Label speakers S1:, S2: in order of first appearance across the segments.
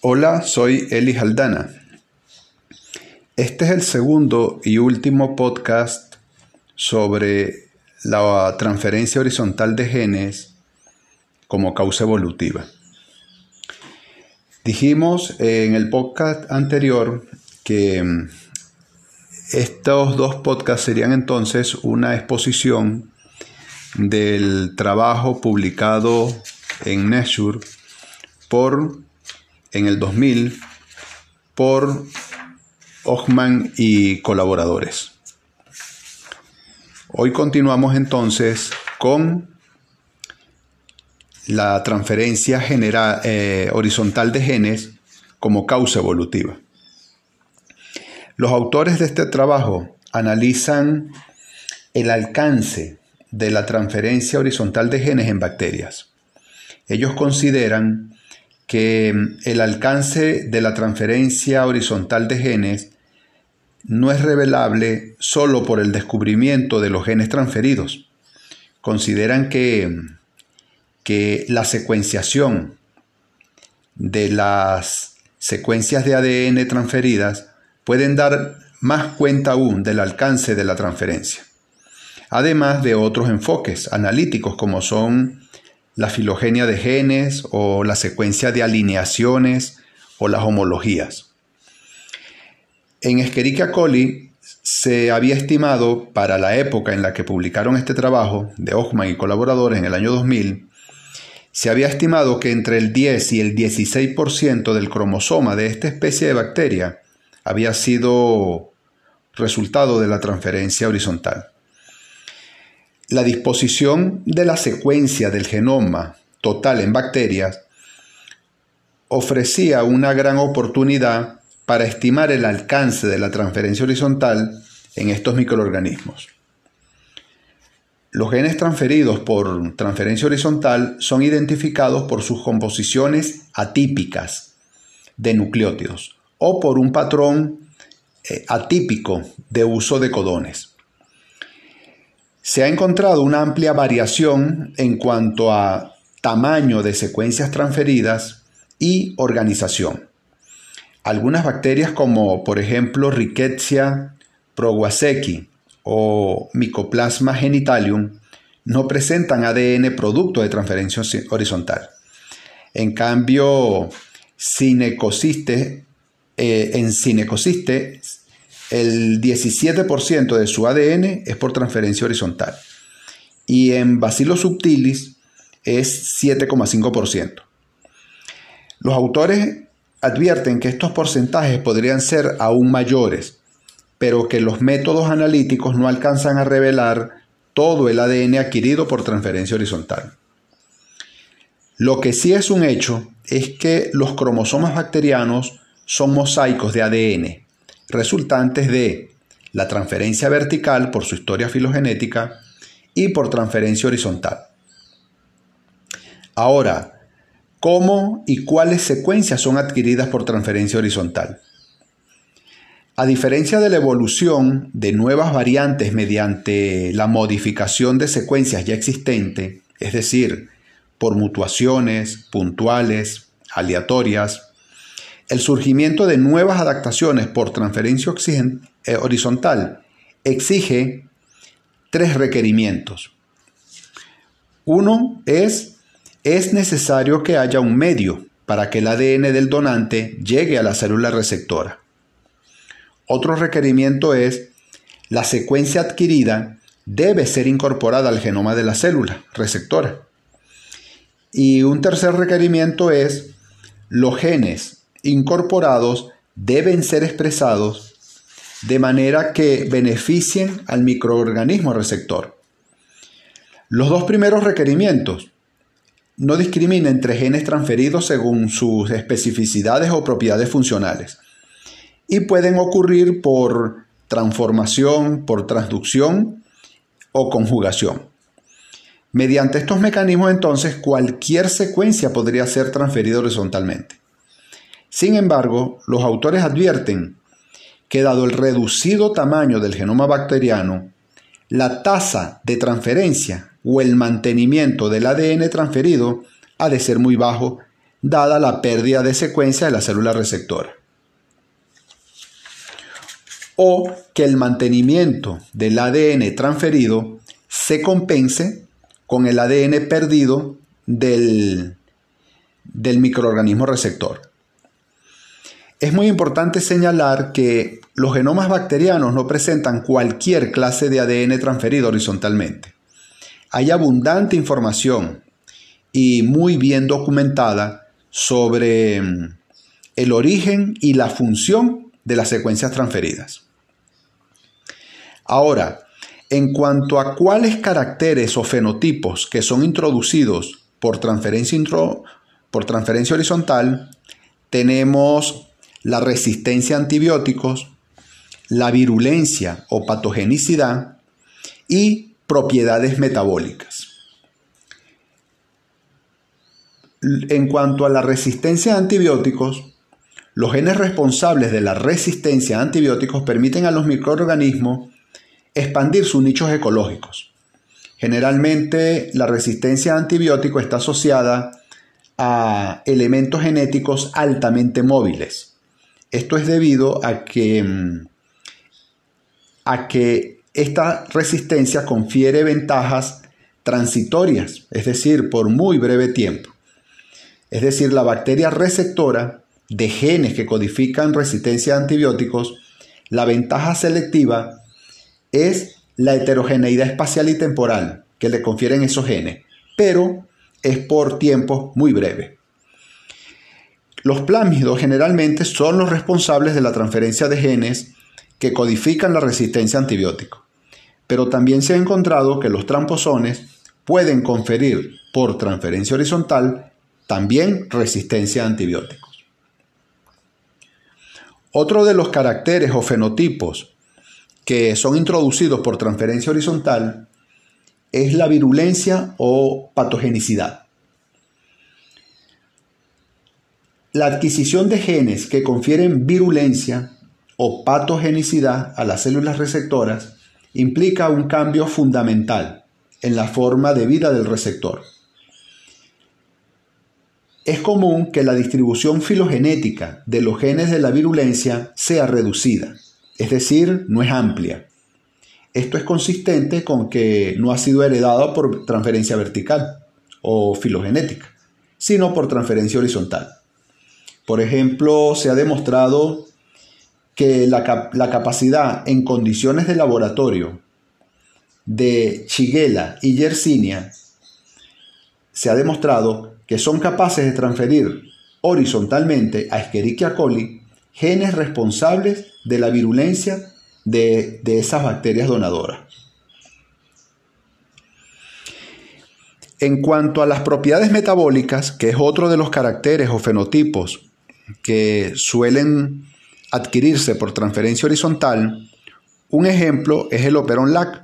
S1: Hola, soy Eli Haldana. Este es el segundo y último podcast sobre la transferencia horizontal de genes como causa evolutiva. Dijimos en el podcast anterior que estos dos podcasts serían entonces una exposición del trabajo publicado en Nature en el 2000 por Hochman y colaboradores. Hoy continuamos entonces con la transferencia horizontal de genes como causa evolutiva. Los autores de este trabajo analizan el alcance de la transferencia horizontal de genes en bacterias. Ellos consideran que el alcance de la transferencia horizontal de genes no es revelable solo por el descubrimiento de los genes transferidos. Consideran que la secuenciación de las secuencias de ADN transferidas pueden dar más cuenta aún del alcance de la transferencia, además de otros enfoques analíticos como son la filogenia de genes o la secuencia de alineaciones o las homologías. En Escherichia coli se había estimado para la época en la que publicaron este trabajo de Hochman y colaboradores en el año 2000, se había estimado que entre el 10 y el 16% del cromosoma de esta especie de bacteria había sido resultado de la transferencia horizontal. La disposición de la secuencia del genoma total en bacterias ofrecía una gran oportunidad para estimar el alcance de la transferencia horizontal en estos microorganismos. Los genes transferidos por transferencia horizontal son identificados por sus composiciones atípicas de nucleótidos o por un patrón atípico de uso de codones. Se ha encontrado una amplia variación en cuanto a tamaño de secuencias transferidas y organización. Algunas bacterias como por ejemplo Rickettsia prowazekii o Mycoplasma genitalium no presentan ADN producto de transferencia horizontal. En cambio, en Cinecociste, el 17% de su ADN es por transferencia horizontal y en Bacillus subtilis es 7,5%. Los autores advierten que estos porcentajes podrían ser aún mayores, pero que los métodos analíticos no alcanzan a revelar todo el ADN adquirido por transferencia horizontal. Lo que sí es un hecho es que los cromosomas bacterianos son mosaicos de ADN, resultantes de la transferencia vertical por su historia filogenética y por transferencia horizontal. Ahora, ¿cómo y cuáles secuencias son adquiridas por transferencia horizontal? A diferencia de la evolución de nuevas variantes mediante la modificación de secuencias ya existentes, es decir, por mutuaciones puntuales, aleatorias, el surgimiento de nuevas adaptaciones por transferencia horizontal exige tres requerimientos. Uno es necesario que haya un medio para que el ADN del donante llegue a la célula receptora. Otro requerimiento es la secuencia adquirida debe ser incorporada al genoma de la célula receptora. Y un tercer requerimiento es los genes incorporados deben ser expresados de manera que beneficien al microorganismo receptor. Los dos primeros requerimientos no discriminan entre genes transferidos según sus especificidades o propiedades funcionales y pueden ocurrir por transformación, por transducción o conjugación. Mediante estos mecanismos entonces cualquier secuencia podría ser transferida horizontalmente. Sin embargo, los autores advierten que dado el reducido tamaño del genoma bacteriano, la tasa de transferencia o el mantenimiento del ADN transferido ha de ser muy bajo dada la pérdida de secuencia de la célula receptora. O que el mantenimiento del ADN transferido se compense con el ADN perdido del microorganismo receptor. Es muy importante señalar que los genomas bacterianos no presentan cualquier clase de ADN transferido horizontalmente. Hay abundante información y muy bien documentada sobre el origen y la función de las secuencias transferidas. Ahora, en cuanto a cuáles caracteres o fenotipos que son introducidos por transferencia horizontal, tenemos la resistencia a antibióticos, la virulencia o patogenicidad y propiedades metabólicas. En cuanto a la resistencia a antibióticos, los genes responsables de la resistencia a antibióticos permiten a los microorganismos expandir sus nichos ecológicos. Generalmente, la resistencia a antibióticos está asociada a elementos genéticos altamente móviles. Esto es debido a que esta resistencia confiere ventajas transitorias, es decir, por muy breve tiempo. Es decir, la bacteria receptora de genes que codifican resistencia a antibióticos, la ventaja selectiva es la heterogeneidad espacial y temporal que le confieren esos genes, pero es por tiempo muy breve. Los plásmidos generalmente son los responsables de la transferencia de genes que codifican la resistencia a antibióticos, pero también se ha encontrado que los tramposones pueden conferir por transferencia horizontal también resistencia a antibióticos. Otro de los caracteres o fenotipos que son introducidos por transferencia horizontal es la virulencia o patogenicidad. La adquisición de genes que confieren virulencia o patogenicidad a las células receptoras implica un cambio fundamental en la forma de vida del receptor. Es común que la distribución filogenética de los genes de la virulencia sea reducida, es decir, no es amplia. Esto es consistente con que no ha sido heredado por transferencia vertical o filogenética, sino por transferencia horizontal. Por ejemplo, se ha demostrado que la capacidad en condiciones de laboratorio de Shigella y Yersinia se ha demostrado que son capaces de transferir horizontalmente a Escherichia coli genes responsables de la virulencia de esas bacterias donadoras. En cuanto a las propiedades metabólicas, que es otro de los caracteres o fenotipos que suelen adquirirse por transferencia horizontal, un ejemplo es el Operon Lac.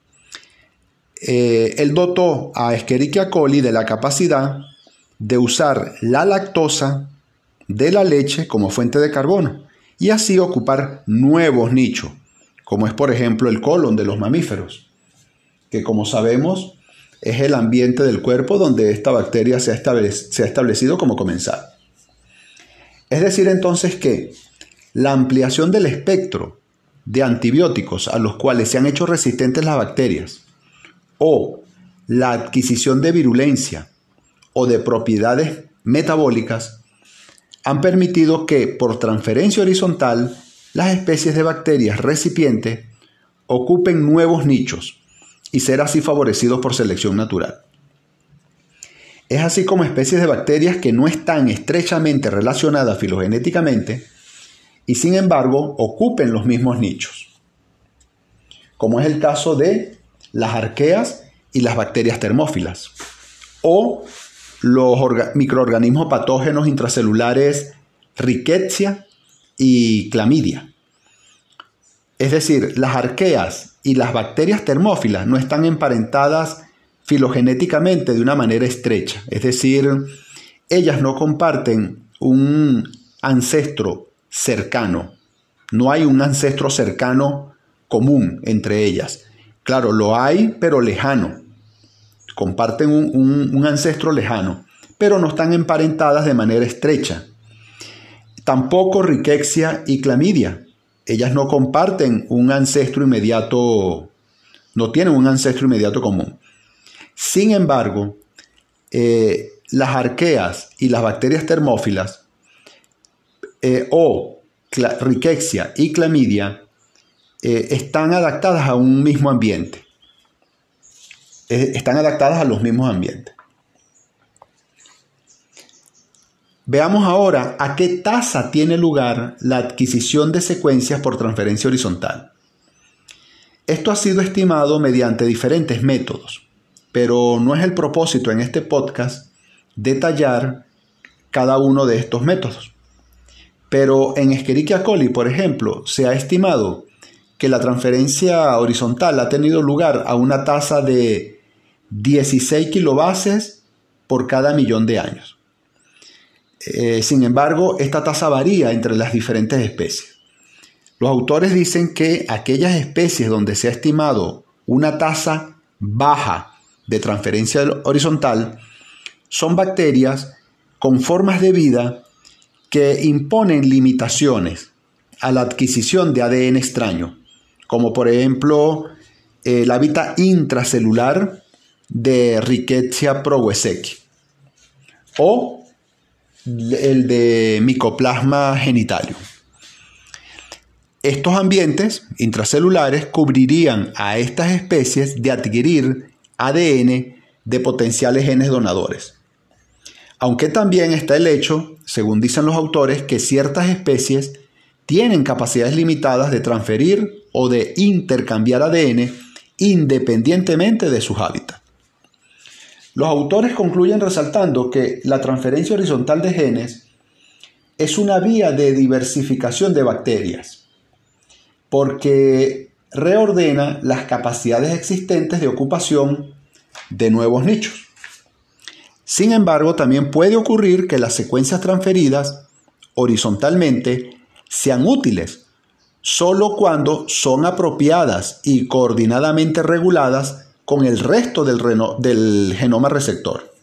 S1: Él dotó a Escherichia coli de la capacidad de usar la lactosa de la leche como fuente de carbono y así ocupar nuevos nichos, como es por ejemplo el colon de los mamíferos, que como sabemos es el ambiente del cuerpo donde esta bacteria se ha establecido como comensal. Es decir, entonces que la ampliación del espectro de antibióticos a los cuales se han hecho resistentes las bacterias, o la adquisición de virulencia o de propiedades metabólicas, han permitido que por transferencia horizontal las especies de bacterias recipientes ocupen nuevos nichos y ser así favorecidos por selección natural. Es así como especies de bacterias que no están estrechamente relacionadas filogenéticamente y sin embargo ocupen los mismos nichos, como es el caso de las arqueas y las bacterias termófilas, o los microorganismos patógenos intracelulares Rickettsia y Clamidia. Es decir, las arqueas y las bacterias termófilas no están emparentadas filogenéticamente de una manera estrecha, es decir, ellas no comparten un ancestro cercano, no hay un ancestro cercano común entre ellas. Claro, lo hay, pero lejano, comparten un ancestro lejano, pero no están emparentadas de manera estrecha. Tampoco Rickettsia y Clamidia. Ellas no comparten un ancestro inmediato, no tienen un ancestro inmediato común. Sin embargo, las arqueas y las bacterias termófilas Rickettsia y Clamidia están adaptadas a un mismo ambiente. Están adaptadas a los mismos ambientes. Veamos ahora a qué tasa tiene lugar la adquisición de secuencias por transferencia horizontal. Esto ha sido estimado mediante diferentes métodos, pero no es el propósito en este podcast detallar cada uno de estos métodos. Pero en Escherichia coli, por ejemplo, se ha estimado que la transferencia horizontal ha tenido lugar a una tasa de 16 kilobases por cada millón de años. Sin embargo, esta tasa varía entre las diferentes especies. Los autores dicen que aquellas especies donde se ha estimado una tasa baja de transferencia horizontal son bacterias con formas de vida que imponen limitaciones a la adquisición de ADN extraño, como por ejemplo el hábitat intracelular de Rickettsia prowazekii o el de Mycoplasma genitalium. Estos ambientes intracelulares cubrirían a estas especies de adquirir ADN de potenciales genes donadores. Aunque también está el hecho, según dicen los autores, que ciertas especies tienen capacidades limitadas de transferir o de intercambiar ADN independientemente de sus hábitats. Los autores concluyen resaltando que la transferencia horizontal de genes es una vía de diversificación de bacterias, porque reordena las capacidades existentes de ocupación de nuevos nichos. Sin embargo, también puede ocurrir que las secuencias transferidas horizontalmente sean útiles solo cuando son apropiadas y coordinadamente reguladas con el resto del genoma receptor.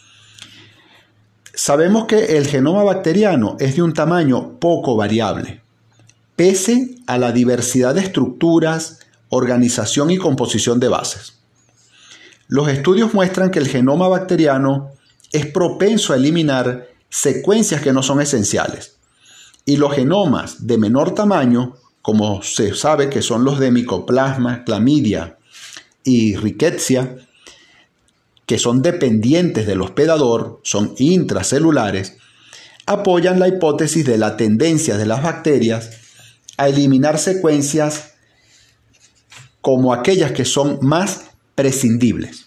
S1: Sabemos que el genoma bacteriano es de un tamaño poco variable, pese a la diversidad de estructuras, organización y composición de bases. Los estudios muestran que el genoma bacteriano es propenso a eliminar secuencias que no son esenciales, y los genomas de menor tamaño, como se sabe que son los de Mycoplasma, Clamidia y Rickettsia, que son dependientes del hospedador, son intracelulares, apoyan la hipótesis de la tendencia de las bacterias a eliminar secuencias como aquellas que son más prescindibles.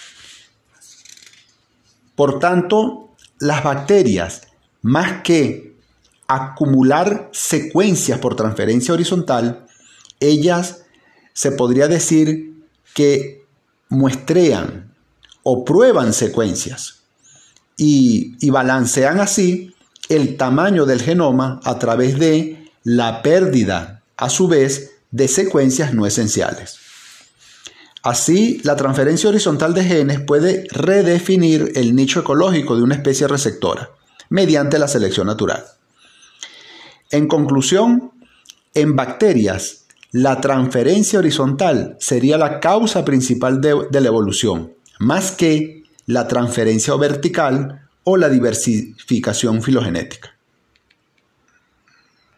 S1: Por tanto, las bacterias, más que acumular secuencias por transferencia horizontal, ellas se podría decir que muestrean o prueban secuencias y balancean así el tamaño del genoma a través de la pérdida, a su vez, de secuencias no esenciales. Así, la transferencia horizontal de genes puede redefinir el nicho ecológico de una especie receptora mediante la selección natural. En conclusión, en bacterias, la transferencia horizontal sería la causa principal de la evolución, más que la transferencia vertical o la diversificación filogenética.